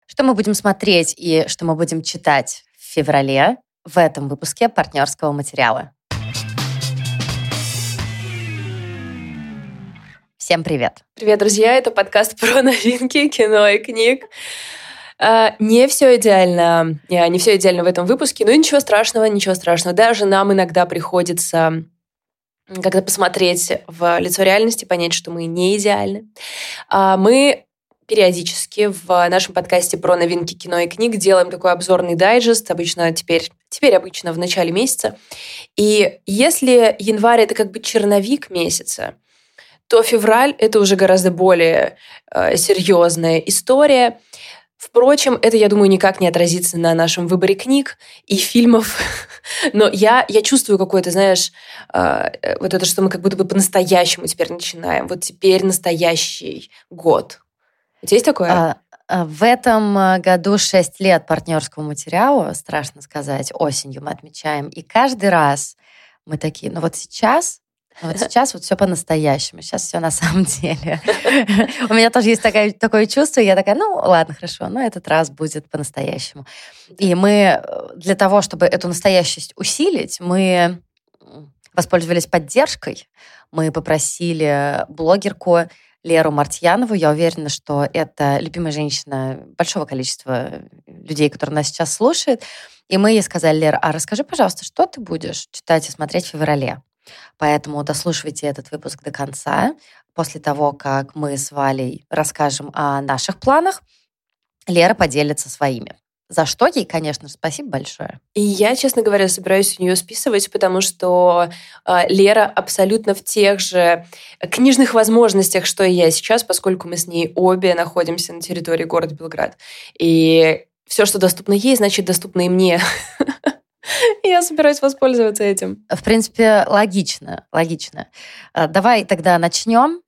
Что мы будем смотреть и что мы будем читать в феврале в этом выпуске партнерского материала. Всем привет! Привет, друзья! Это подкаст про новинки кино и книг. Не все идеально в этом выпуске, но ничего страшного. Даже нам иногда приходится как-то посмотреть в лицо реальности, понять, что мы не идеальны. Мы периодически в нашем подкасте про новинки кино и книг делаем такой обзорный дайджест, теперь обычно в начале месяца. И если январь — это как бы черновик месяца, то февраль — это уже гораздо более серьезная история. Впрочем, это, я думаю, никак не отразится на нашем выборе книг и фильмов. Но я чувствую какое-то, знаешь, вот это, что мы как будто бы по-настоящему теперь начинаем. Вот теперь настоящий год. У тебя есть такое? В этом году 6 лет партнерскому материалу, страшно сказать, осенью мы отмечаем. И каждый раз мы такие, вот сейчас вот все по-настоящему, сейчас все на самом деле. У меня тоже есть такое чувство, и я такая, ладно, хорошо, но этот раз будет по-настоящему. И мы для того, чтобы эту настоящесть усилить, мы воспользовались поддержкой. Мы попросили блогерку Леру Мартьянову. Я уверена, что это любимая женщина большого количества людей, которые нас сейчас слушают. И мы ей сказали: Лер, а расскажи, пожалуйста, что ты будешь читать и смотреть в феврале? Поэтому дослушивайте этот выпуск до конца. После того, как мы с Валей расскажем о наших планах, Лера поделится своими. За что ей, конечно, спасибо большое. И я, честно говоря, собираюсь у нее списывать, потому что Лера абсолютно в тех же книжных возможностях, что и я сейчас, поскольку мы с ней обе находимся на территории города Белград. И все, что доступно ей, значит, доступно и мне. Я собираюсь воспользоваться этим. В принципе, логично. Давай тогда начнем.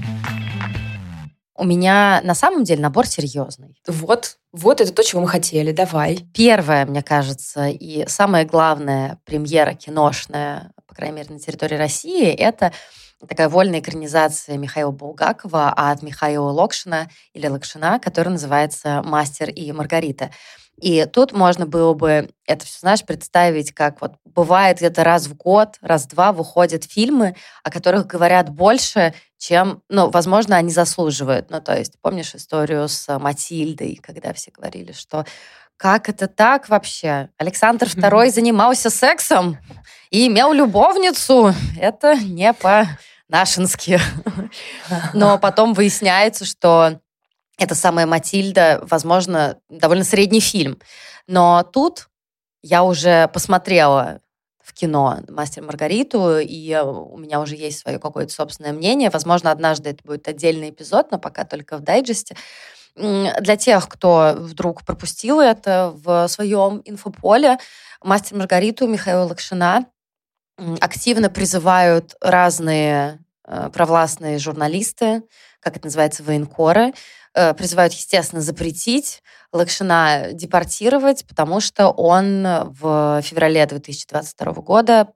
У меня на самом деле набор серьезный. Вот это то, чего мы хотели. Давай. Первая, мне кажется, и самая главная премьера киношная, по крайней мере, на территории России, это такая вольная экранизация Михаила Булгакова от Михаила Локшина, которая называется «Мастер и Маргарита». И тут можно было бы это все, знаешь, представить, как вот бывает где-то раз в год, раз-два выходят фильмы, о которых говорят больше, чем, возможно, они заслуживают. То есть, помнишь историю с Матильдой, когда все говорили, что как это так вообще? Александр II занимался сексом и имел любовницу. Это не по-нашенски. Но потом выясняется, что эта самая Матильда, возможно, довольно средний фильм. Но тут я уже посмотрела в кино «Мастер и Маргариту», и у меня уже есть свое какое-то собственное мнение. Возможно, однажды это будет отдельный эпизод, но пока только в дайджесте. Для тех, кто вдруг пропустил это в своем инфополе, «Мастер и Маргариту» Михаила Локшина активно призывают разные провластные журналисты, как это называется, военкоры, призывают, естественно, запретить Локшина депортировать, потому что он в феврале 2022 года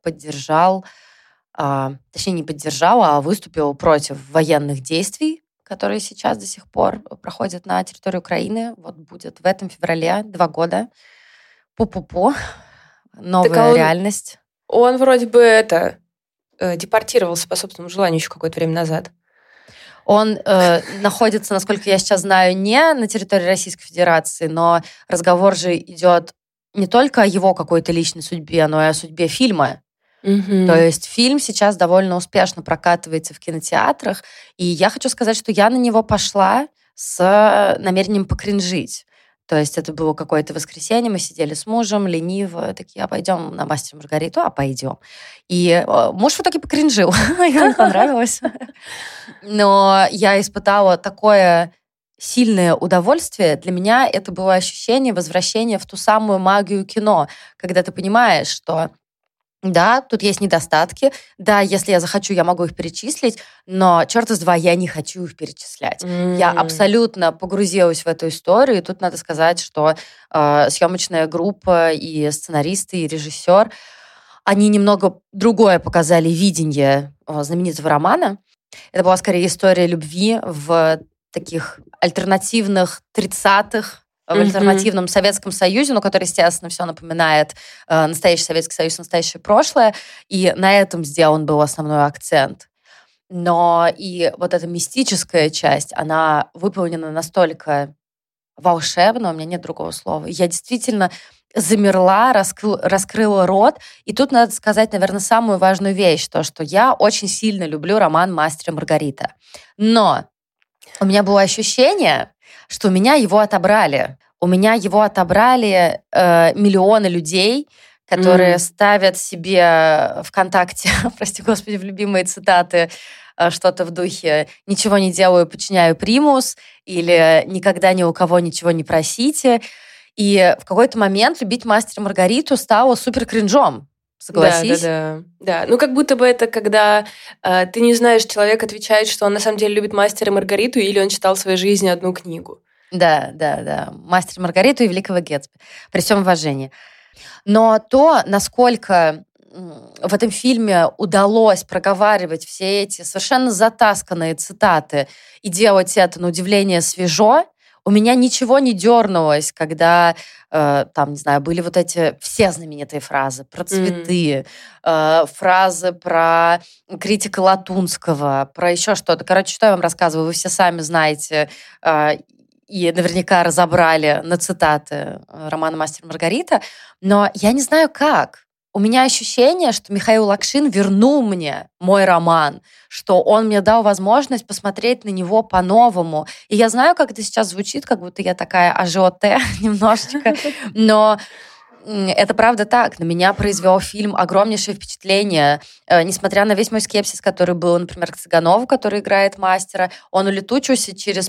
выступил против военных действий, которые сейчас до сих пор проходят на территории Украины. Вот будет в этом феврале 2 года. Пу-пу-пу. Новая реальность. Он вроде бы депортировался по собственному желанию еще какое-то время назад. Он находится, насколько я сейчас знаю, не на территории Российской Федерации, но разговор же идет не только о его какой-то личной судьбе, но и о судьбе фильма. Mm-hmm. То есть фильм сейчас довольно успешно прокатывается в кинотеатрах, и я хочу сказать, что я на него пошла с намерением покринжить. То есть это было какое-то воскресенье, мы сидели с мужем, лениво, такие, пойдем на «Мастер и Маргариту», пойдем. И муж в итоге покринжил, ему понравилось. Но я испытала такое сильное удовольствие. Для меня это было ощущение возвращения в ту самую магию кино, когда ты понимаешь, что да, тут есть недостатки. Да, если я захочу, я могу их перечислить, но, черт из два, я не хочу их перечислять. Я абсолютно погрузилась в эту историю, и тут надо сказать, что съемочная группа и сценаристы, и режиссер, они немного другое показали видение знаменитого романа. Это была скорее история любви в таких альтернативных 30-х в альтернативном Советском Союзе, ну, который, естественно, все напоминает настоящий Советский Союз, настоящее прошлое, и на этом сделан был основной акцент. Но и вот эта мистическая часть, она выполнена настолько волшебно, у меня нет другого слова. Я действительно замерла, раскрыла рот. И тут надо сказать, наверное, самую важную вещь, то, что я очень сильно люблю роман «Мастер и Маргарита». Но у меня было ощущение, что у меня его отобрали. У меня его отобрали миллионы людей, которые ставят себе ВКонтакте, прости господи, в любимые цитаты, что-то в духе «ничего не делаю, подчиняю примус» или «никогда ни у кого ничего не просите». И в какой-то момент любить «Мастера и Маргариту» стало супер кринжом. Согласись? Да. Ну, как будто бы это когда ты не знаешь, человек отвечает, что он на самом деле любит «Мастера и Маргариту», или он читал в своей жизни одну книгу. Да. «Мастер и Маргариту» и «Великого Гэтсби». При всем уважении. Но то, насколько в этом фильме удалось проговаривать все эти совершенно затасканные цитаты и делать это, на удивление, свежо, у меня ничего не дернулось, когда, там, не знаю, были вот эти все знаменитые фразы про цветы, фразы про критика Латунского, про еще что-то. Короче, что я вам рассказываю, вы все сами знаете и наверняка разобрали на цитаты романа «Мастер и Маргарита», но я не знаю как. У меня ощущение, что Михаил Локшин вернул мне мой роман, что он мне дал возможность посмотреть на него по-новому. И я знаю, как это сейчас звучит, как будто я такая ажиоте немножечко, но это правда так. На меня произвел фильм огромнейшее впечатление. Несмотря на весь мой скепсис, который был, например, к Цыганову, который играет мастера, он улетучился через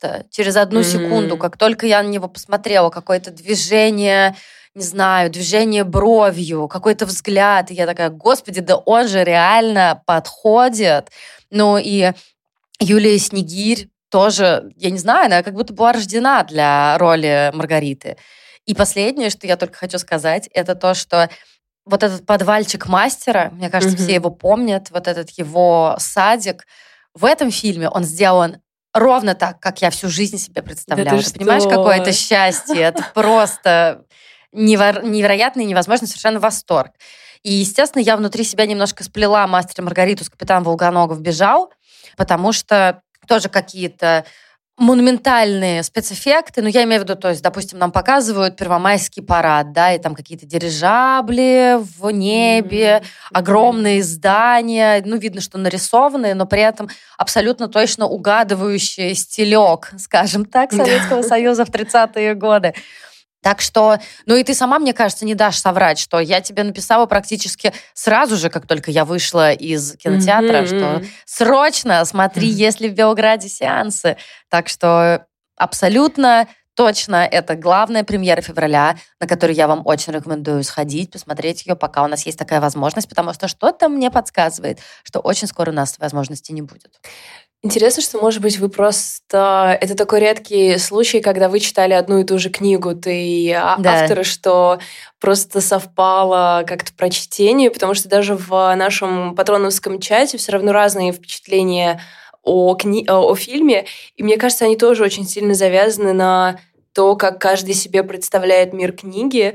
одну секунду. Как только я на него посмотрела, какое-то движение, не знаю, движение бровью, какой-то взгляд. И я такая, господи, да он же реально подходит. Ну и Юлия Снегирь тоже, я не знаю, она как будто была рождена для роли Маргариты. И последнее, что я только хочу сказать, это то, что вот этот подвальчик мастера, мне кажется, все его помнят, вот этот его садик, в этом фильме он сделан ровно так, как я всю жизнь себе представляла. Да ты понимаешь, какое это счастье? Это просто невероятный и невозможный совершенно восторг. И, естественно, я внутри себя немножко сплела «Мастера и Маргариту» с «Капитан Волгоногов бежал», потому что тоже какие-то монументальные спецэффекты, я имею в виду, то есть, допустим, нам показывают Первомайский парад, да, и там какие-то дирижабли в небе, огромные здания, видно, что нарисованные, но при этом абсолютно точно угадывающие стилек, скажем так, Советского Союза в 30-е годы. Так что, и ты сама, мне кажется, не дашь соврать, что я тебе написала практически сразу же, как только я вышла из кинотеатра, что срочно смотри, есть ли в Белграде сеансы. Так что абсолютно точно это главная премьера февраля, на которую я вам очень рекомендую сходить, посмотреть ее, пока у нас есть такая возможность, потому что что-то мне подсказывает, что очень скоро у нас возможности не будет. Интересно, что, может быть, вы просто... Это такой редкий случай, когда вы читали одну и ту же книгу, ты и авторы, что просто совпало как-то прочтение, потому что даже в нашем патроновском чате все равно разные впечатления о фильме, и мне кажется, они тоже очень сильно завязаны на то, как каждый себе представляет мир книги,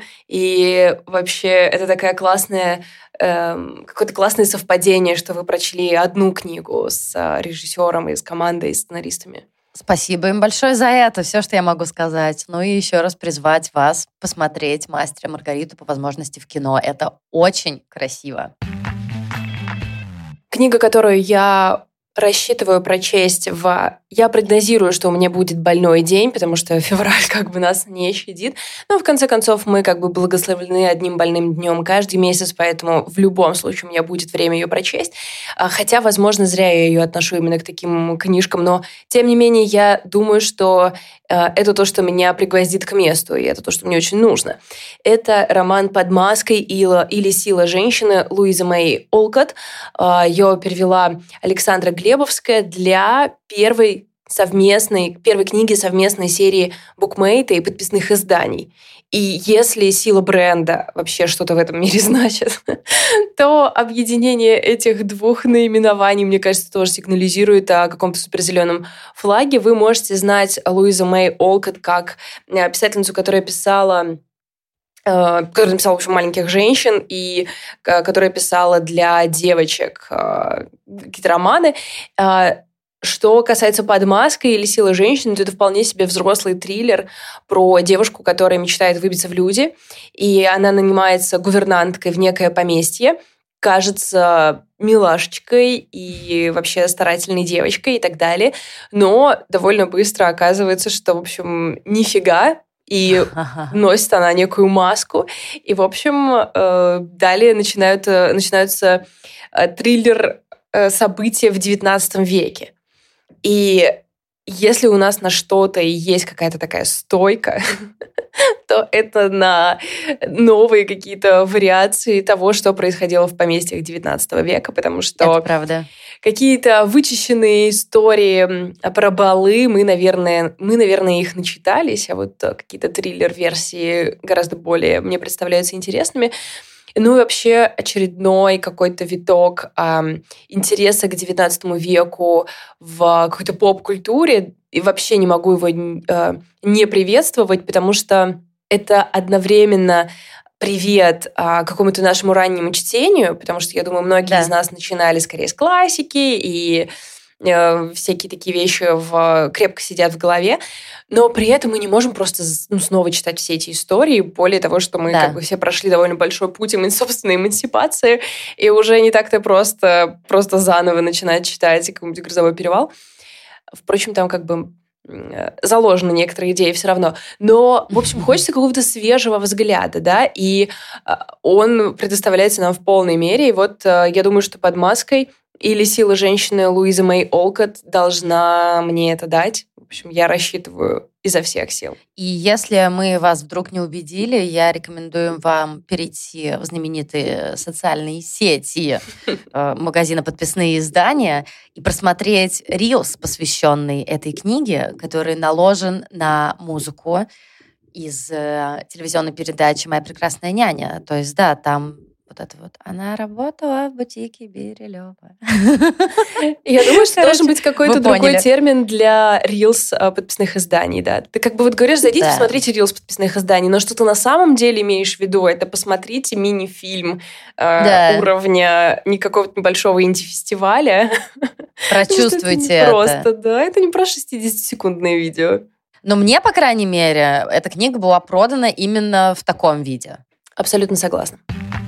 и вообще это такая классная... какое-то классное совпадение, что вы прочли одну книгу с режиссером и с командой, и сценаристами. Спасибо им большое за это, все, что я могу сказать. И еще раз призвать вас посмотреть «Мастера и Маргариту» по возможности в кино. Это очень красиво. Книга, которую я рассчитываю прочесть Я прогнозирую, что у меня будет больной день, потому что февраль как бы нас не щадит. Но в конце концов мы как бы благословлены одним больным днем каждый месяц, поэтому в любом случае у меня будет время ее прочесть. Хотя, возможно, зря я ее отношу именно к таким книжкам, но тем не менее я думаю, что это то, что меня пригвоздит к месту, и это то, что мне очень нужно. Это роман «Под маской» или «Сила женщины» Луизы Мэй Олкотт. Ее перевела Александра Глебовская для первой первой книги совместной серии букмейта и подписных изданий. И если сила бренда вообще что-то в этом мире значит, то объединение этих двух наименований, мне кажется, тоже сигнализирует о каком-то суперзеленом флаге. Вы можете знать Луизу Мэй Олкотт как писательницу, которая написала, в общем, «Маленьких женщин», и которая писала для девочек какие-то романы. Что касается «Под маской» или «Сила женщины», то это вполне себе взрослый триллер про девушку, которая мечтает выбиться в люди, и она нанимается гувернанткой в некое поместье, кажется милашечкой и вообще старательной девочкой и так далее, но довольно быстро оказывается, что, в общем, нифига, и носит она некую маску. И, в общем, далее начинаются триллер события в XIX веке. И если у нас на что-то и есть какая-то такая стойка, то это на новые какие-то вариации того, что происходило в поместьях XIX века, потому что какие-то вычищенные истории про балы, мы, наверное, их начитались, а вот какие-то триллер-версии гораздо более мне представляются интересными. Ну и вообще очередной какой-то виток интереса к XIX веку в какой-то поп-культуре. И вообще не могу его не приветствовать, потому что это одновременно привет какому-то нашему раннему чтению, потому что, я думаю, многие из нас начинали скорее с классики, и всякие такие вещи крепко сидят в голове, но при этом мы не можем просто снова читать все эти истории, более того, что мы как бы все прошли довольно большой путь собственной эмансипации, и уже не так-то просто заново начинать читать какой-нибудь «Грозовой перевал». Впрочем, там как бы заложены некоторые идеи все равно. Но, в общем, хочется какого-то свежего взгляда, да, и он предоставляется нам в полной мере. И вот я думаю, что «Под маской» или «Сила женщины» Луизы Мэй Олкотт должна мне это дать. В общем, я рассчитываю изо всех сил. И если мы вас вдруг не убедили, я рекомендую вам перейти в знаменитые социальные сети магазина «Подписные издания» и просмотреть рилс, посвященный этой книге, который наложен на музыку из телевизионной передачи «Моя прекрасная няня». То есть, да, там вот это вот. Она работала в бутике Бирилёва. Я думаю, что должен быть какой-то другой термин для рилс подписных изданий, да. Ты как бы вот говоришь, зайдите, посмотрите рилс подписных изданий, но что ты на самом деле имеешь в виду, это посмотрите мини-фильм уровня не какого-то небольшого инди-фестиваля. Прочувствуйте это. Просто, да, это не про 60-секундное видео. Но мне, по крайней мере, эта книга была продана именно в таком виде. Абсолютно согласна.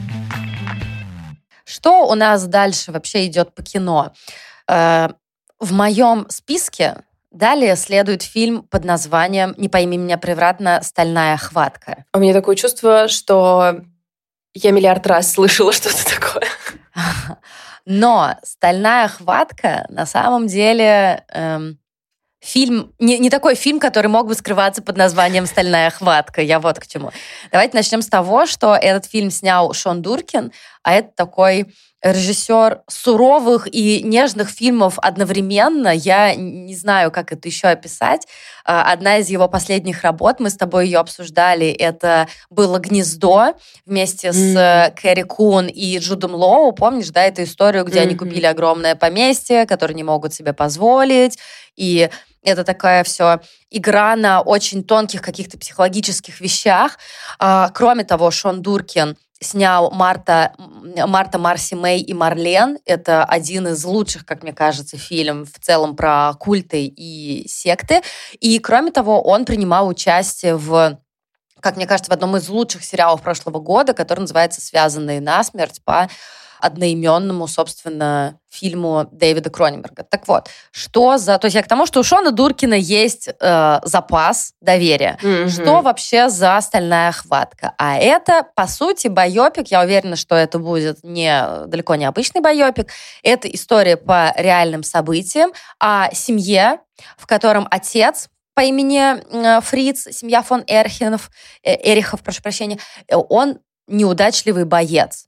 Что у нас дальше вообще идет по кино? В моем списке далее следует фильм под названием, не пойми меня превратно, «Стальная хватка». У меня такое чувство, что я миллиард раз слышала что-то такое. Но «Стальная хватка» на самом деле фильм, не такой фильм, который мог бы скрываться под названием «Стальная хватка». Я вот к чему. Давайте начнем с того, что этот фильм снял Шон Дуркин, а это такой режиссер суровых и нежных фильмов одновременно. Я не знаю, как это еще описать. Одна из его последних работ, мы с тобой ее обсуждали, это было «Гнездо» вместе с Кэрри Кун и Джудом Лоу. Помнишь, да, эту историю, где они купили огромное поместье, которое не могут себе позволить, и это такая все игра на очень тонких каких-то психологических вещах. Кроме того, Шон Дуркин снял «Марта, Марси Мэй и Марлен». Это один из лучших, как мне кажется, фильмов в целом про культы и секты. И, кроме того, он принимал участие в, как мне кажется, в одном из лучших сериалов прошлого года, который называется «Связанные насмерть», по одноименному, собственно, фильму Дэвида Кроненберга. Так вот, что за... То есть я к тому, что у Шона Дуркина есть запас доверия. Что вообще за «Стальная хватка»? А это, по сути, байопик. Я уверена, что это будет далеко не обычный байопик. Это история по реальным событиям о семье, в котором отец по имени Фриц, семья фон Эрихов, прошу прощения, он неудачливый боец.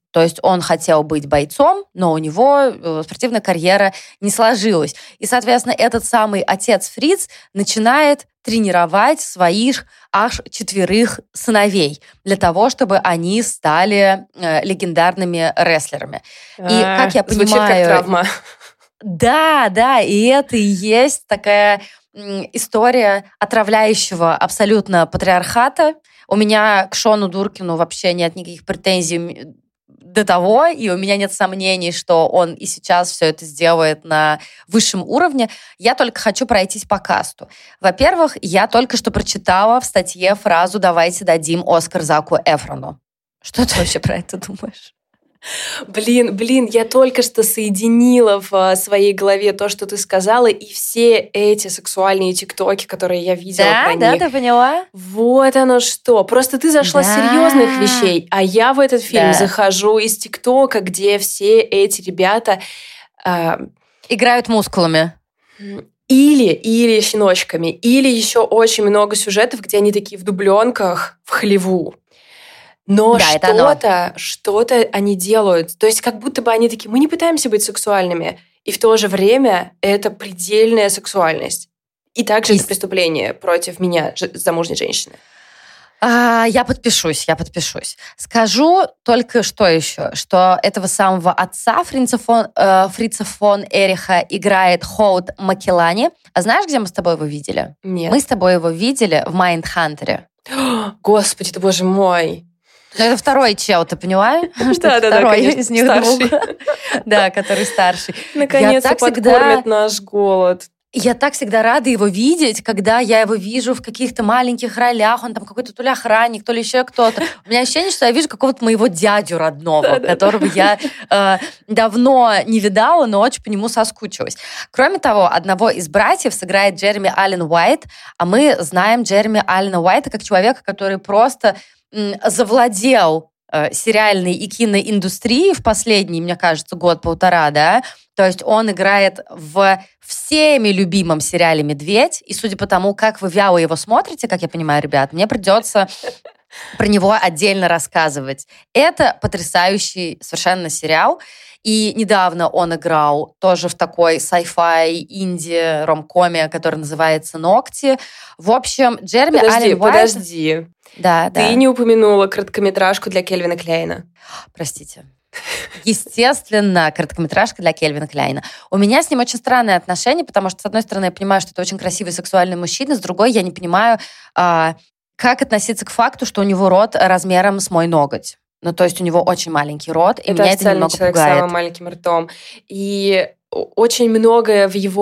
То есть он хотел быть бойцом, но у него спортивная карьера не сложилась. И, соответственно, этот самый отец Фриц начинает тренировать своих аж 4 сыновей для того, чтобы они стали легендарными рестлерами. И, как я понимаю... Звучит как травма. Да, и это и есть такая история отравляющего абсолютно патриархата. У меня к Шону Дуркину вообще нет никаких претензий до того, и у меня нет сомнений, что он и сейчас все это сделает на высшем уровне. Я только хочу пройтись по касту. Во-первых, я только что прочитала в статье фразу «давайте дадим Оскар Заку Эфрону». Что ты вообще про это думаешь? Блин, я только что соединила в своей голове то, что ты сказала, и все эти сексуальные тиктоки, которые я видела про них. Да, ты поняла? Вот оно что. Просто ты зашла с серьезных вещей, а я в этот фильм захожу из тиктока, где все эти ребята... играют мускулами. Или щеночками, или еще очень много сюжетов, где они такие в дубленках, в хлеву. Но что-то они делают. То есть как будто бы они такие, мы не пытаемся быть сексуальными. И в то же время это предельная сексуальность. И также это преступление против меня, замужней женщины. Я подпишусь. Скажу только что еще, что этого самого отца Фрица фон Эриха играет Хоут Макеллани. А знаешь, где мы с тобой его видели? Нет. Мы с тобой его видели в «Майндхантере». Господи ты, боже мой! Ну, это второй чел, ты понимаешь? Да, второй из них старший. Да, который старший. Наконец-то подкормят наш голод. Я так всегда рада его видеть, когда я его вижу в каких-то маленьких ролях. Он там какой-то то ли охранник, то ли еще кто-то. У меня ощущение, что я вижу какого-то моего дядю родного, которого я давно не видала, но очень по нему соскучилась. Кроме того, одного из братьев сыграет Джереми Аллен Уайт, а мы знаем Джереми Аллена Уайта как человека, который просто завладел сериальной и киноиндустрией в последний, мне кажется, год-полтора, да. То есть он играет в всеми любимом сериале «Медведь», и судя по тому, как вы вяло его смотрите, как я понимаю, ребят, мне придется про него отдельно рассказывать. Это потрясающий совершенно сериал. И недавно он играл тоже в такой sci-fi инди-ромкоме, который называется «Ногти». В общем, Джереми Аллен Уайт... Подожди. Да. Ты не упомянула короткометражку для Кельвина Кляйна. Простите. Естественно, короткометражка для Кельвина Кляйна. У меня с ним очень странные отношения, потому что, с одной стороны, я понимаю, что это очень красивый сексуальный мужчина, с другой, я не понимаю, как относиться к факту, что у него рот размером с мой ноготь. Ну, то есть у него очень маленький рот, и меня это немного человек пугает. с самым маленьким ртом. И очень многое в его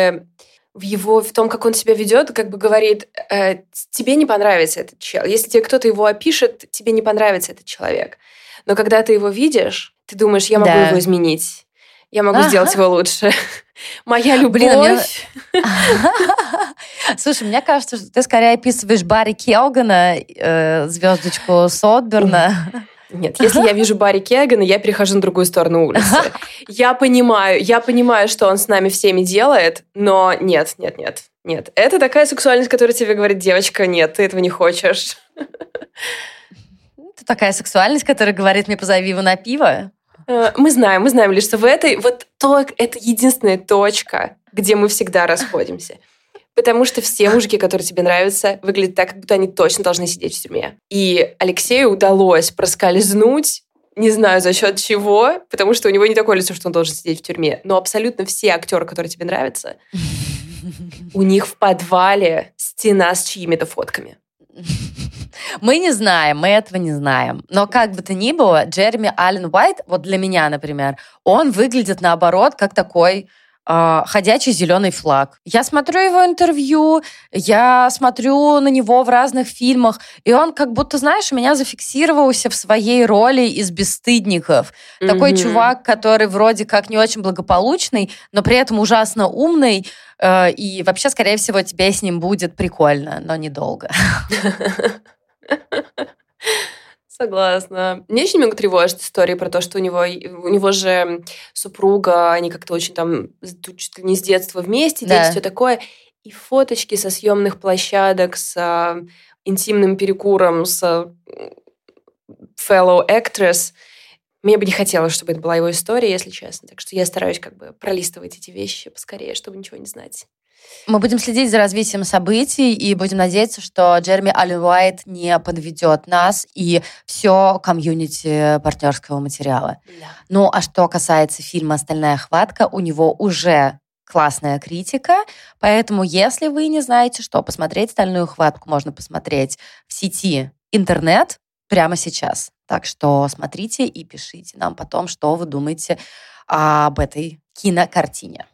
в том, как он себя ведет, как бы говорит, тебе не понравится этот чел. Если тебе кто-то его опишет, тебе не понравится этот человек. Но когда ты его видишь, ты думаешь, я могу его изменить. Я могу сделать его лучше. Моя любовь. Слушай, мне кажется, что ты скорее описываешь Барри Келгана, звездочку Сотберна. Нет, если я вижу Барри Кегана, я перехожу на другую сторону улицы. Я понимаю, что он с нами всеми делает, но нет. Это такая сексуальность, которая тебе говорит, девочка, нет, ты этого не хочешь. Это такая сексуальность, которая говорит мне, позови его на пиво. Мы знаем лишь, что в этой это единственная точка, где мы всегда расходимся. Потому что все мужики, которые тебе нравятся, выглядят так, как будто они точно должны сидеть в тюрьме. И Алексею удалось проскользнуть, не знаю за счет чего, потому что у него не такое лицо, что он должен сидеть в тюрьме. Но абсолютно все актеры, которые тебе нравятся, у них в подвале стена с чьими-то фотками. Мы не знаем, мы этого не знаем. Но как бы то ни было, Джереми Аллен Уайт, вот для меня, например, он выглядит наоборот как такой ходячий зеленый флаг. Я смотрю его интервью, я смотрю на него в разных фильмах, и он как будто, знаешь, у меня зафиксировался в своей роли из «Бесстыдников». Такой чувак, который вроде как не очень благополучный, но при этом ужасно умный, и вообще, скорее всего, тебе с ним будет прикольно, но недолго. Согласна. Мне очень много тревожит история про то, что у него же супруга, они как-то очень там чуть ли не с детства вместе, дети, все такое. И фоточки со съемных площадок, с интимным перекуром, с fellow actress. мне бы не хотелось, чтобы это была его история, если честно. Так что я стараюсь как бы пролистывать эти вещи поскорее, чтобы ничего не знать. Мы будем следить за развитием событий и будем надеяться, что Джереми Аллен Уайт не подведет нас и все комьюнити партнерского материала. Да. Ну, а что касается фильма «Стальная хватка», у него уже классная критика, поэтому если вы не знаете, что посмотреть «Стальную хватку», можно посмотреть в сети интернет прямо сейчас. Так что смотрите и пишите нам потом, что вы думаете об этой кинокартине.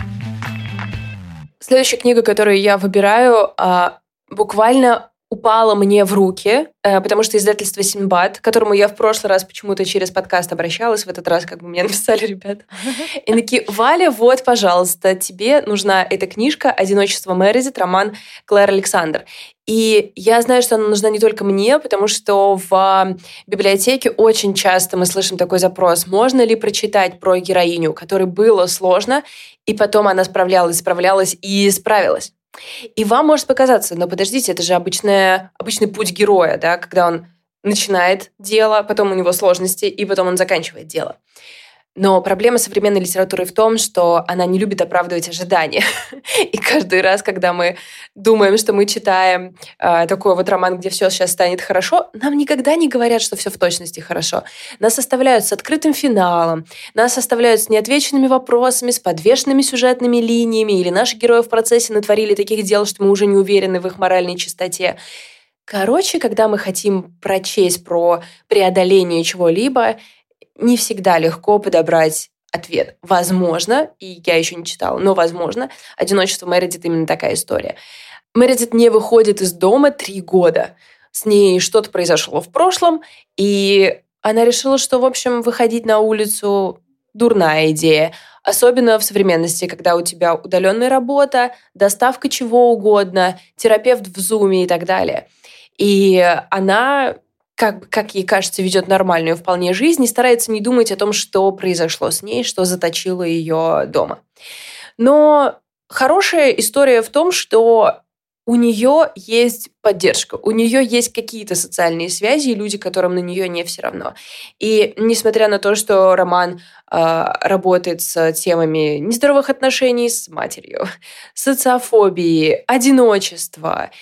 Следующая книга, которую я выбираю, буквально упала мне в руки, потому что издательство «Синдбад», к которому я в прошлый раз почему-то через подкаст обращалась, в этот раз как бы мне написали ребята. И такие: Валя, вот, пожалуйста, тебе нужна эта книжка «Одиночество Мередит», роман Клэр Александр. И я знаю, что она нужна не только мне, потому что в библиотеке очень часто мы слышим такой запрос: можно ли прочитать про героиню, которой было сложно, и потом она справлялась и справилась. И вам может показаться: но подождите, это же обычный путь героя, да, когда он начинает дело, потом у него сложности, и потом он заканчивает дело. Но проблема современной литературы в том, что она не любит оправдывать ожидания. И каждый раз, когда мы думаем, что мы читаем такой вот роман, где все сейчас станет хорошо, нам никогда не говорят, что все в точности хорошо. Нас оставляют с открытым финалом, нас оставляют с неотвеченными вопросами, с подвешенными сюжетными линиями, или наши герои в процессе натворили таких дел, что мы уже не уверены в их моральной чистоте. Короче, когда мы хотим прочесть про преодоление чего-либо, не всегда легко подобрать ответ. Возможно, и я еще не читала, но возможно, «Одиночество Мередит» именно такая история. Мередит не выходит из дома 3 года. С ней что-то произошло в прошлом, и она решила, что, в общем, выходить на улицу – дурная идея. Особенно в современности, когда у тебя удаленная работа, доставка чего угодно, терапевт в Зуме и так далее. И она, как ей кажется, ведет нормальную вполне жизнь и старается не думать о том, что произошло с ней, что заточило ее дома. Но хорошая история в том, что у нее есть поддержка, у нее есть какие-то социальные связи и люди, которым на нее не все равно. И несмотря на то, что роман работает с темами нездоровых отношений с матерью, социофобии, одиночества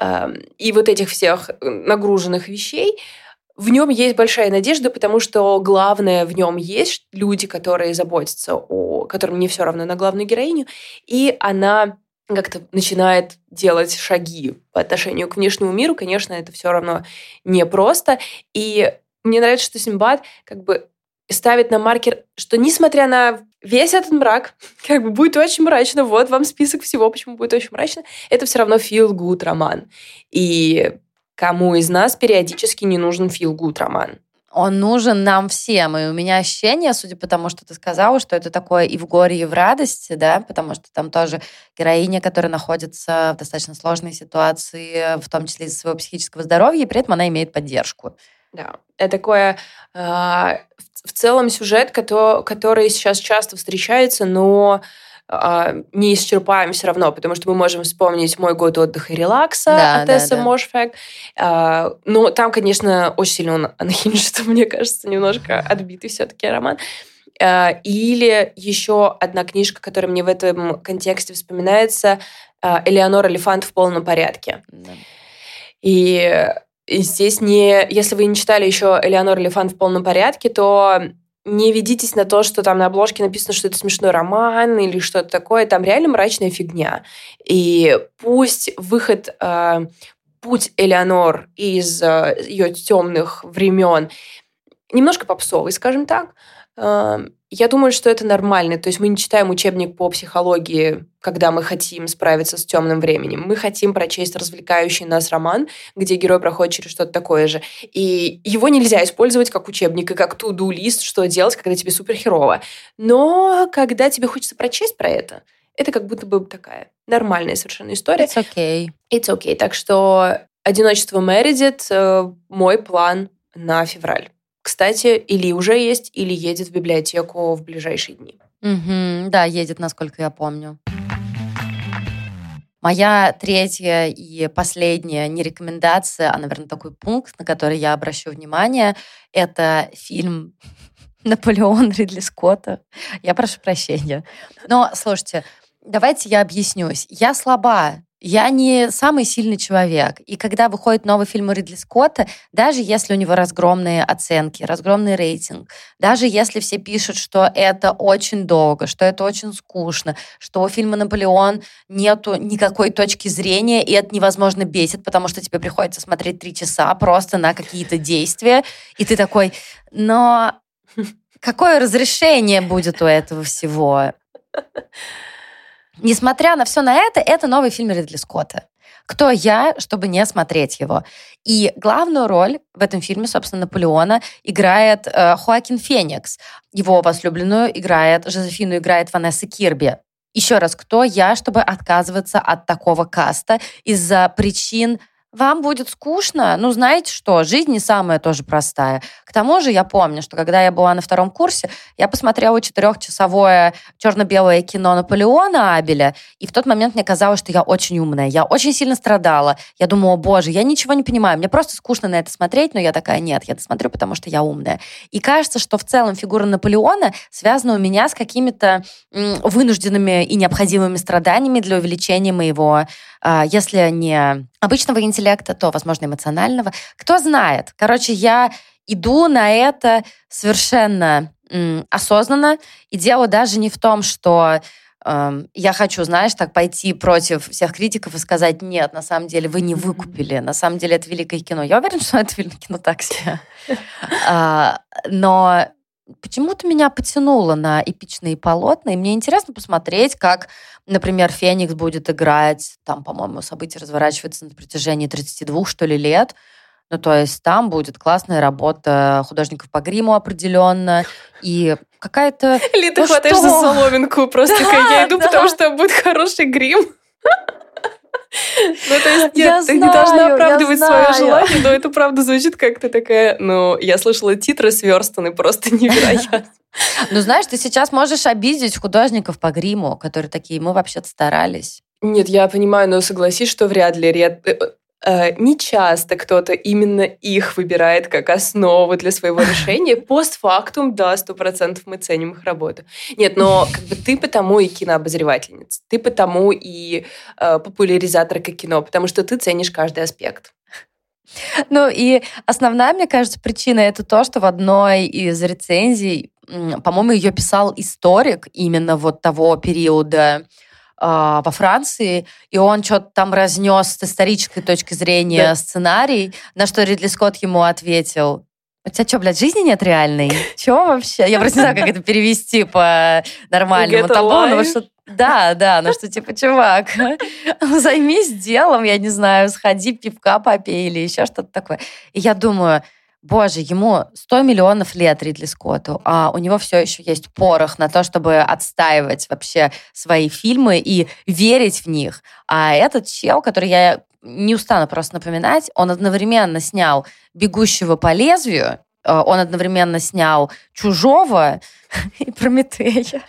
и вот этих всех нагруженных вещей, в нем есть большая надежда, потому что главное в нем есть люди, которые заботятся которым не все равно на главную героиню, и она как-то начинает делать шаги по отношению к внешнему миру. Конечно, это все равно непросто. И мне нравится, что Синдбад как бы ставит на маркер, что несмотря на весь этот мрак, как бы будет очень мрачно, вот вам список всего, почему будет очень мрачно, это все равно feel-good роман. И кому из нас периодически не нужен feel-good роман? Он нужен нам всем. И у меня ощущение, судя по тому, что ты сказала, что это такое и в горе, и в радости, да, потому что там тоже героиня, которая находится в достаточно сложной ситуации, в том числе из-за своего психического здоровья, и при этом она имеет поддержку. Да, это такое в целом сюжет, который сейчас часто встречается, но не исчерпаем все равно, потому что мы можем вспомнить «Мой год отдыха и релакса» от Тессы Мошфек. Но там, конечно, очень сильно он unhinged, мне кажется, немножко отбитый все-таки роман. Или еще одна книжка, которая мне в этом контексте вспоминается, «Элеонор Элефант в полном порядке». Да. И здесь если вы не читали еще «Элеонор Элефант в полном порядке», то не ведитесь на то, что там на обложке написано, что это смешной роман или что-то такое. Там реально мрачная фигня. И пусть путь Элеонор из ее темных времен немножко попсовый, скажем так, я думаю, что это нормально. То есть мы не читаем учебник по психологии, когда мы хотим справиться с темным временем. Мы хотим прочесть развлекающий нас роман, где герой проходит через что-то такое же. И его нельзя использовать как учебник и как to-do-лист, что делать, когда тебе суперхерово. Но когда тебе хочется прочесть про это как будто бы такая нормальная совершенно история. It's okay. It's okay. Так что «Одиночество Мередит» — мой план на февраль. Кстати, или уже есть, или едет в библиотеку в ближайшие дни. Да, едет, насколько я помню. Моя третья и последняя не рекомендация, а, наверное, такой пункт, на который я обращу внимание, это фильм Наполеон Ридли Скотта. Я прошу прощения. Но, слушайте, давайте я объяснюсь. Я слаба. Я не самый сильный человек. И когда выходит новый фильм Ридли Скотта, даже если у него разгромные оценки, разгромный рейтинг, даже если все пишут, что это очень долго, что это очень скучно, что у фильма «Наполеон» нету никакой точки зрения, и это невозможно бесит, потому что тебе приходится смотреть 3 часа просто на какие-то действия, и ты такой, но какое разрешение будет у этого всего? Несмотря на все на это новый фильм Ридли Скотта. Кто я, чтобы не смотреть его? И главную роль в этом фильме, собственно, Наполеона играет Хоакин Феникс. Его возлюбленную Жозефину играет Ванесса Кирби. Еще раз, кто я, чтобы отказываться от такого каста из-за причин «вам будет скучно»? Ну, знаете что, жизнь не самая тоже простая. К тому же я помню, что когда я была на 2 курсе, я посмотрела 4-часовое черно-белое кино Наполеона Абеля, и в тот момент мне казалось, что я очень умная. Я очень сильно страдала. Я думала, боже, я ничего не понимаю, мне просто скучно на это смотреть, но я такая, нет, я досмотрю, потому что я умная. И кажется, что в целом фигура Наполеона связана у меня с какими-то вынужденными и необходимыми страданиями для увеличения моего, если не обычного интеллекта, то, возможно, эмоционального. Кто знает. Короче, я иду на это совершенно осознанно, и дело даже не в том, что я хочу, знаешь, так пойти против всех критиков и сказать, нет, на самом деле вы не выкупили, на самом деле это великое кино. Я уверена, что это великое кино так себе. Но почему-то меня потянуло на эпичные полотна, и мне интересно посмотреть, как, например, Феникс будет играть, там, по-моему, события разворачиваются на протяжении 32, что ли, лет. Ну, то есть там будет классная работа художников по гриму определенно, и какая-то... Ли, ты хватаешь за соломинку, просто такая, я иду, потому что будет хороший грим. Ну, то есть, нет, ты не должна оправдывать свое желание, но это правда звучит как-то такая, ну, я слышала, титры сверстаны просто невероятно. Ну, знаешь, ты сейчас можешь обидеть художников по гриму, которые такие, мы вообще-то старались. Нет, я понимаю, но согласись, что вряд ли не часто кто-то именно их выбирает как основу для своего решения. Постфактум, да, 100% мы ценим их работу. Нет, но как бы ты потому и кинообозревательница, ты потому и популяризаторка кино, потому что ты ценишь каждый аспект. Ну и основная, мне кажется, причина это то, что в одной из рецензий, по-моему, ее писал историк именно вот того периода во Франции, и он что-то там разнес с исторической точки зрения сценарий, на что Ридли Скотт ему ответил, у тебя что, блядь, жизни нет реальной? Чего вообще? Я просто не знаю, как это перевести по нормальному табу, что да, ну что, типа, чувак, займись делом, я не знаю, сходи пивка попей или еще что-то такое. И я думаю, боже, ему 100 миллионов лет Ридли Скотту, а у него все еще есть порох на то, чтобы отстаивать вообще свои фильмы и верить в них. А этот чел, который я не устану просто напоминать, он одновременно снял «Бегущего по лезвию», он одновременно снял «Чужого» и «Прометея».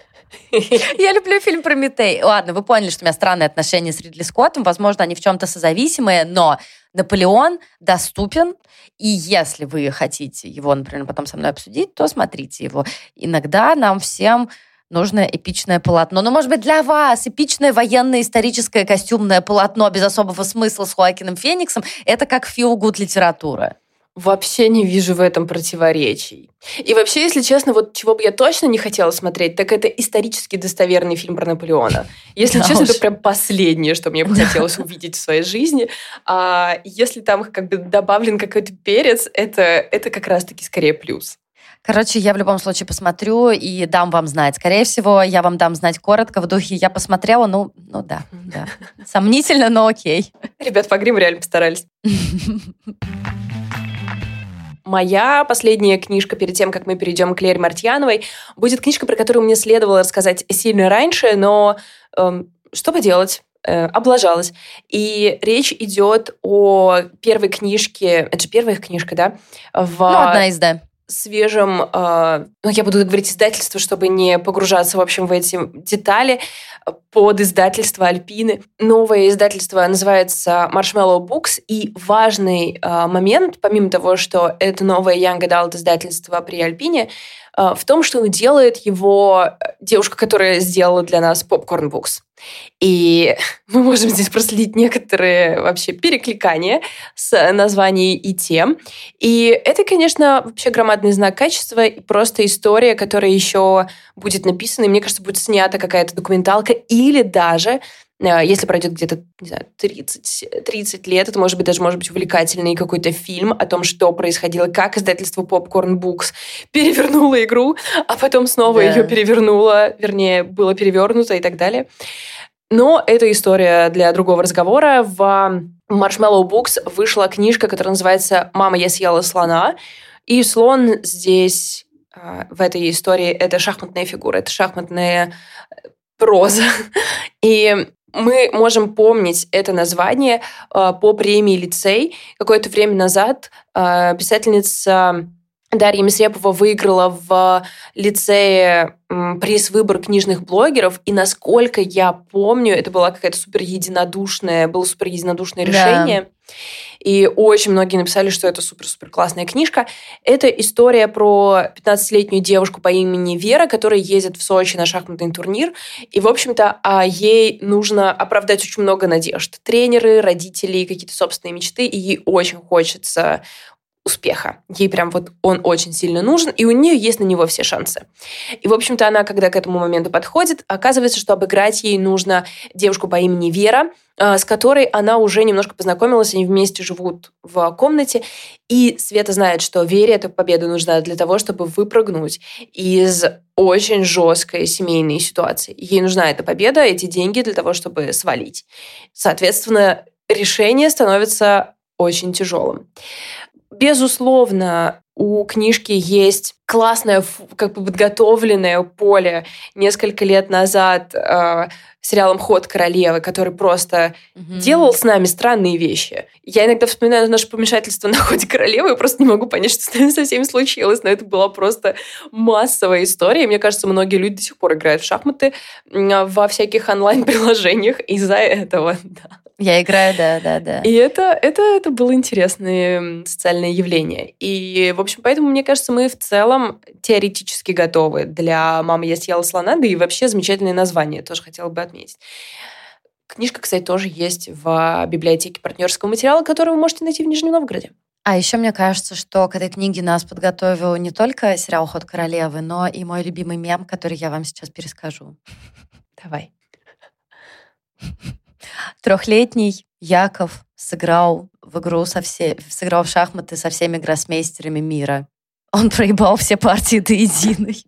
Я люблю фильм «Прометей». Ладно, вы поняли, что у меня странные отношения с Ридли Скоттом. Возможно, они в чем-то созависимые, но «Наполеон» доступен. И если вы хотите его, например, потом со мной обсудить, то смотрите его. Иногда нам всем нужно эпичное полотно. Ну, может быть, для вас эпичное военное историческое костюмное полотно без особого смысла с Хоакином Фениксом — это как feel-good литература. Вообще не вижу в этом противоречий. И вообще, если честно, вот чего бы я точно не хотела смотреть, так это исторически достоверный фильм про Наполеона. Если честно, это прям последнее, что мне бы хотелось увидеть в своей жизни. А если там как бы добавлен какой-то перец, это как раз-таки скорее плюс. Короче, я в любом случае посмотрю и дам вам знать. Скорее всего, я вам дам знать коротко в духе «я посмотрела», ну да. Сомнительно, но окей. Ребят, по гриму реально постарались. Моя последняя книжка перед тем, как мы перейдем к Лере Мартьяновой, будет книжка, про которую мне следовало рассказать сильно раньше, но что поделать, облажалась. И речь идет о первой книжке, это же первая книжка, да? Одна из, да. Свежем, я буду говорить издательство, чтобы не погружаться, в общем, в эти детали, под издательство Альпины. Новое издательство называется Marshmallow Books, и важный момент, помимо того, что это новое Young Adult издательство при Альпине, в том, что делает его девушка, которая сделала для нас Popcorn Books. И мы можем здесь проследить некоторые вообще перекликания с названий и тем. И это, конечно, вообще громадный знак качества и просто история, которая еще будет написана, и, мне кажется, будет снята какая-то документалка или даже если пройдет где-то, не знаю, 30 лет, это может быть увлекательный какой-то фильм о том, что происходило, как издательство Popcorn Books перевернуло игру, а потом снова ее перевернуло, вернее, было перевернуто и так далее. Но это история для другого разговора. В Marshmallow Books вышла книжка, которая называется «Мама, я съела слона». И слон здесь, в этой истории, это шахматная фигура, это шахматная проза. И мы можем помнить это название по премии «Лицей». Какое-то время назад писательница Дарья Месрепова выиграла в лицее приз «Выбор книжных блогеров», и, насколько я помню, это было какое-то супер единодушное решение. И очень многие написали, что это супер-супер классная книжка. Это история про 15-летнюю девушку по имени Вера, которая ездит в Сочи на шахматный турнир. И, в общем-то, ей нужно оправдать очень много надежд. Тренеры, родители, какие-то собственные мечты, и ей очень хочется успеха. Ей прям он очень сильно нужен, и у нее есть на него все шансы. И, в общем-то, она, когда к этому моменту подходит, оказывается, что обыграть ей нужно девушку по имени Вера, с которой она уже немножко познакомилась, они вместе живут в комнате, и Света знает, что Вере эта победа нужна для того, чтобы выпрыгнуть из очень жесткой семейной ситуации. Ей нужна эта победа, эти деньги для того, чтобы свалить. Соответственно, решение становится очень тяжелым. Безусловно, у книжки есть классное, подготовленное поле несколько лет назад сериалом «Ход королевы», который просто делал с нами странные вещи. Я иногда вспоминаю наше помешательство на «Ходе королевы» и просто не могу понять, что с нами со всеми случилось. Но это была просто массовая история. Мне кажется, многие люди до сих пор играют в шахматы во всяких онлайн-приложениях из-за этого. Да. Я играю, да. И это было интересное социальное явление. И, в общем, поэтому, мне кажется, мы в целом теоретически готовы для «Мама, я съела слона», да и вообще замечательное название, тоже хотела бы отметить. Книжка, кстати, тоже есть в библиотеке партнерского материала, который вы можете найти в Нижнем Новгороде. А еще мне кажется, что к этой книге нас подготовил не только сериал «Ход королевы», но и мой любимый мем, который я вам сейчас перескажу. Давай. 3-летний Яков сыграл в шахматы со всеми гроссмейстерами мира. Он проебал все партии до единой.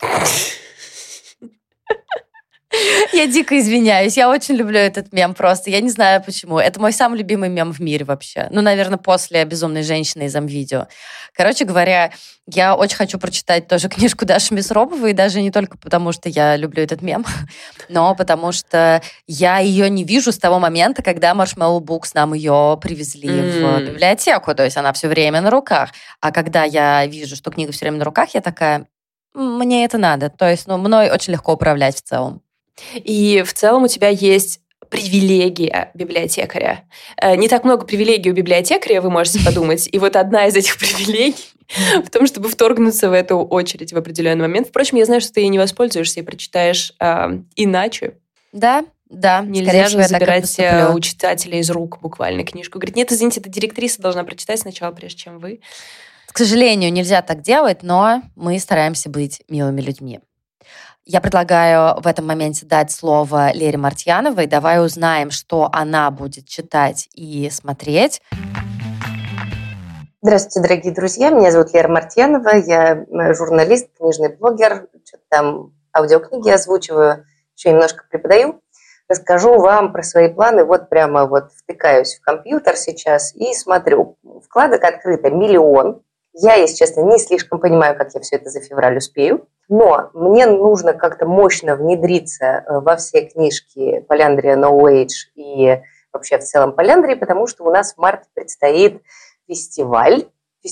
Я дико извиняюсь. Я очень люблю этот мем просто. Я не знаю почему. Это мой самый любимый мем в мире вообще. Наверное, после «Безумной женщины» из Ам-видео. Короче говоря, я очень хочу прочитать тоже книжку Даши Месроповой, и даже не только потому, что я люблю этот мем, но потому что я ее не вижу с того момента, когда Marshmallow Books нам ее привезли в библиотеку. То есть она все время на руках. А когда я вижу, что книга все время на руках, я такая, мне это надо. То есть, мной очень легко управлять в целом. И в целом у тебя есть привилегия библиотекаря. Не так много привилегий у библиотекаря, вы можете подумать. И одна из этих привилегий в том, чтобы вторгнуться в эту очередь в определенный момент. Впрочем, я знаю, что ты ей не воспользуешься и прочитаешь иначе. Да. Нельзя же забирать у читателя из рук буквально книжку. Говорит, нет, извините, это директриса должна прочитать сначала, прежде чем вы. К сожалению, нельзя так делать, но мы стараемся быть милыми людьми. Я предлагаю в этом моменте дать слово Лере Мартьяновой. Давай узнаем, что она будет читать и смотреть. Здравствуйте, дорогие друзья. Меня зовут Лера Мартьянова. Я журналист, книжный блогер. Что-то там аудиокниги озвучиваю, еще немножко преподаю. Расскажу вам про свои планы. Прямо втыкаюсь в компьютер сейчас и смотрю. Вкладок открыто 1 миллион. Я, если честно, не слишком понимаю, как я все это за февраль успею. Но мне нужно как-то мощно внедриться во все книжки Поляндрия No Age и вообще в целом Поляндрии, потому что у нас в марте предстоит фестиваль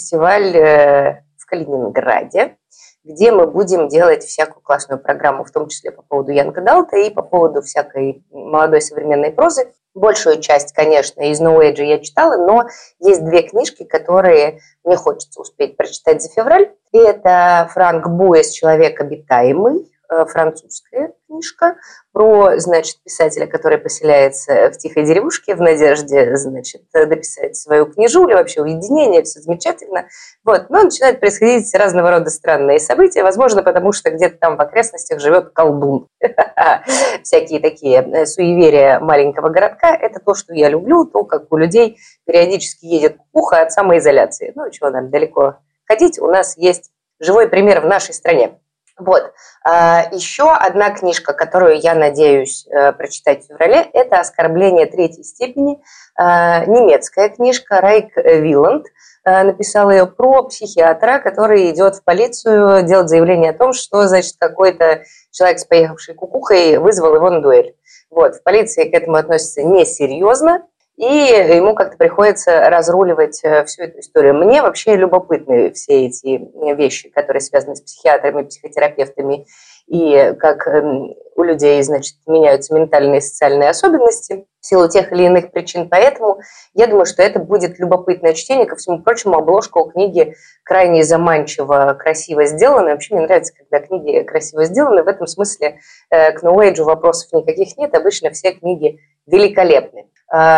в Калининграде, где мы будем делать всякую классную программу, в том числе по поводу Янг Адалта и по поводу всякой молодой современной прозы. Большую часть, конечно, из New Age я читала, но есть 2 книжки, которые мне хочется успеть прочитать за февраль. И это Франк Буэс «Человек обитаемый», французская книжка про, значит, писателя, который поселяется в тихой деревушке в надежде, значит, дописать свою книжулю, вообще уединение, все замечательно. Вот. Но начинают происходить разного рода странные события, возможно, потому что где-то там в окрестностях живет колдун. Всякие такие суеверия маленького городка. Это то, что я люблю, то, как у людей периодически едет кукуха от самоизоляции. Ну, чего нам далеко ходить, у нас есть живой пример в нашей стране. Вот. Еще одна книжка, которую я надеюсь прочитать в феврале, это «Оскорбление третьей степени». Немецкая книжка, Райк Виланд написал ее про психиатра, который идет в полицию делать заявление о том, что, значит, какой-то человек с поехавшей кукухой вызвал его на дуэль. Вот. В полиции к этому относятся несерьезно, и ему как-то приходится разруливать всю эту историю. Мне вообще любопытны все эти вещи, которые связаны с психиатрами, психотерапевтами, и как у людей, значит, меняются ментальные и социальные особенности в силу тех или иных причин. Поэтому я думаю, что это будет любопытное чтение. Ко всему прочему, обложка у книги крайне заманчиво, красиво сделана. Вообще мне нравится, когда книги красиво сделаны. В этом смысле к New Age вопросов никаких нет. Обычно все книги великолепны.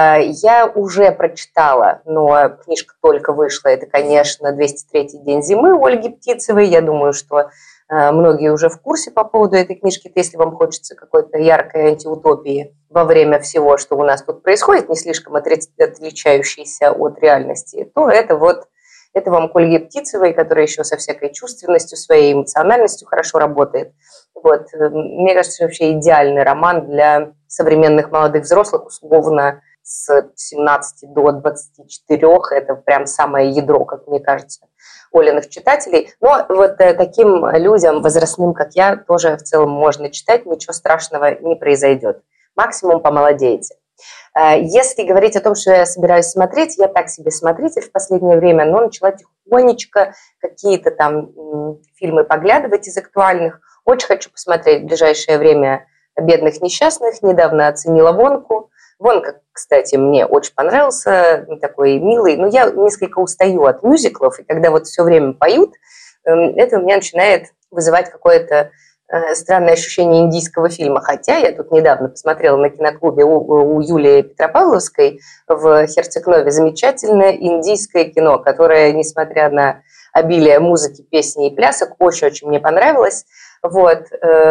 Я уже прочитала, но книжка только вышла. Это, конечно, «203-й день зимы» у Ольги Птицевой. Я думаю, что многие уже в курсе по поводу этой книжки. Если вам хочется какой-то яркой антиутопии во время всего, что у нас тут происходит, не слишком отличающейся от реальности, то это вам к Ольге Птицевой, которая еще со всякой чувственностью, своей эмоциональностью хорошо работает. Вот. Мне кажется, вообще идеальный роман для современных молодых взрослых, условно с 17 до 24. Это прям самое ядро, как мне кажется, Олиных читателей. Но вот таким людям возрастным, как я, тоже в целом можно читать, ничего страшного не произойдет. Максимум помолодеете. Если говорить о том, что я собираюсь смотреть, я так себе смотритель в последнее время, но начала тихонечко какие-то там фильмы поглядывать из актуальных. Очень хочу посмотреть в ближайшее время «Бедных несчастных». Недавно оценила «Вонку». «Вонка», кстати, мне очень понравился, такой милый. Но я несколько устаю от мюзиклов, и когда вот все время поют, это у меня начинает вызывать какое-то странное ощущение индийского фильма. Хотя я тут недавно посмотрела на киноклубе у Юлии Петропавловской в Херцег-Нове замечательное индийское кино, которое, несмотря на обилие музыки, песни и плясок, очень-очень мне понравилось. Вот.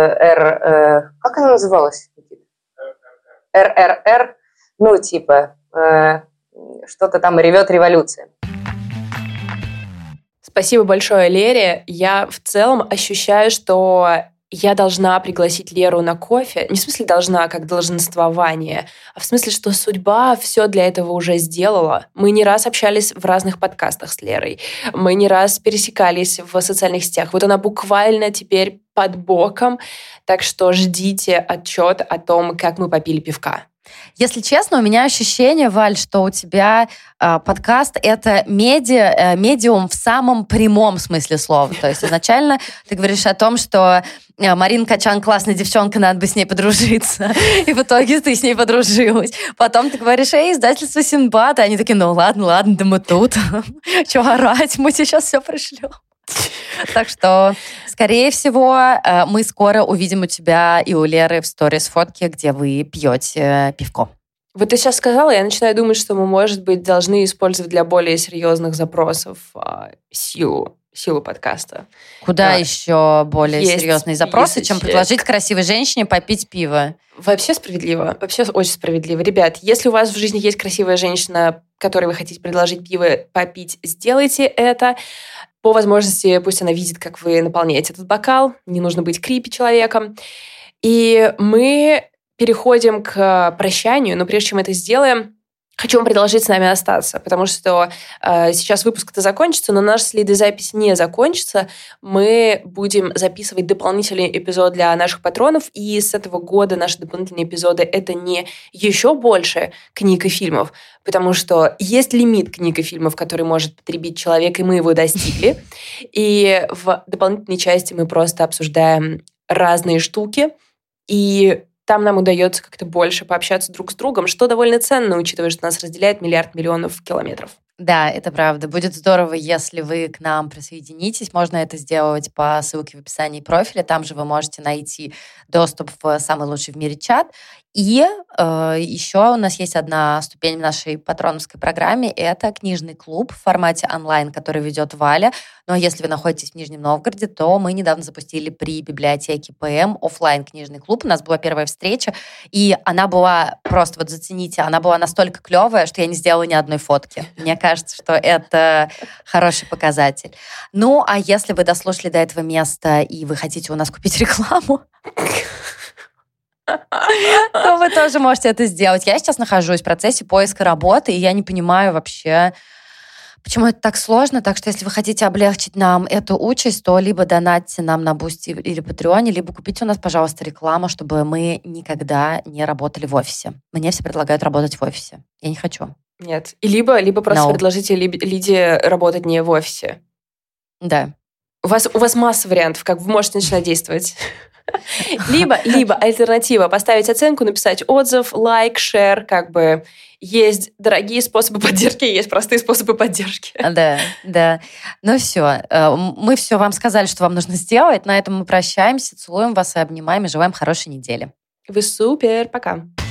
Как она называлась? РРР. Ну, типа, что-то там ревет революция. Спасибо большое, Лере. Я в целом ощущаю, что я должна пригласить Леру на кофе. Не в смысле должна, как долженствование, а в смысле, что судьба все для этого уже сделала. Мы не раз общались в разных подкастах с Лерой. Мы не раз пересекались в социальных сетях. Вот она буквально теперь под боком. Так что ждите отчет о том, как мы попили пивка. Если честно, у меня ощущение, Валь, что у тебя подкаст — это медиум в самом прямом смысле слова. То есть изначально ты говоришь о том, что Марина Качан классная девчонка, надо бы с ней подружиться. И в итоге ты с ней подружилась. Потом ты говоришь: издательство Синдбад. И они такие: ну ладно, да мы тут. Чего орать, мы тебе сейчас все пришлем. Так что, скорее всего, мы скоро увидим у тебя и у Леры в сторис фотки, где вы пьете пивко. Вот ты сейчас сказала, я начинаю думать, что мы, может быть, должны использовать для более серьезных запросов силу подкаста. Куда еще более серьезные запросы, чем предложить красивой женщине попить пиво? Вообще справедливо. Вообще очень справедливо. Ребят, если у вас в жизни есть красивая женщина, которой вы хотите предложить пиво попить, сделайте это. По возможности, пусть она видит, как вы наполняете этот бокал. Не нужно быть крипи человеком. И мы переходим к прощанию. Но прежде чем мы это сделаем, хочу вам предложить с нами остаться, потому что сейчас выпуск-то закончится, но наша следозапись не закончится. Мы будем записывать дополнительный эпизод для наших патронов, и с этого года наши дополнительные эпизоды — это не еще больше книг и фильмов, потому что есть лимит книг и фильмов, который может потребить человек, и мы его достигли. И в дополнительной части мы просто обсуждаем разные штуки, и там нам удается как-то больше пообщаться друг с другом, что довольно ценно, учитывая, что нас разделяет 1 миллиард километров. Да, это правда. Будет здорово, если вы к нам присоединитесь. Можно это сделать по ссылке в описании профиля. Там же вы можете найти доступ в самый лучший в мире чат. И еще у нас есть одна ступень в нашей патроновской программе. Это книжный клуб в формате онлайн, который ведет Валя. Но если вы находитесь в Нижнем Новгороде, то мы недавно запустили при библиотеке ПМ офлайн книжный клуб. У нас была первая встреча, и она была просто, вот зацените, она была настолько клевая, что я не сделала ни одной фотки. Мне кажется, что это хороший показатель. Ну, а если вы дослушали до этого места и вы хотите у нас купить рекламу, то вы тоже можете это сделать. Я сейчас нахожусь в процессе поиска работы, и я не понимаю вообще, почему это так сложно. Так что если вы хотите облегчить нам эту участь, то либо донатьте нам на Бусти или Патреоне, либо купите у нас, пожалуйста, рекламу, чтобы мы никогда не работали в офисе. Мне все предлагают работать в офисе. Я не хочу. Нет. И либо просто предложите Лиде работать не в офисе. Да. У вас масса вариантов, как вы можете начинать действовать. Либо альтернатива, поставить оценку, написать отзыв, лайк, шер, как бы есть дорогие способы поддержки, есть простые способы поддержки. Да. Ну все, мы все вам сказали, что вам нужно сделать. На этом мы прощаемся, целуем вас и обнимаем, и желаем хорошей недели. Вы супер, пока.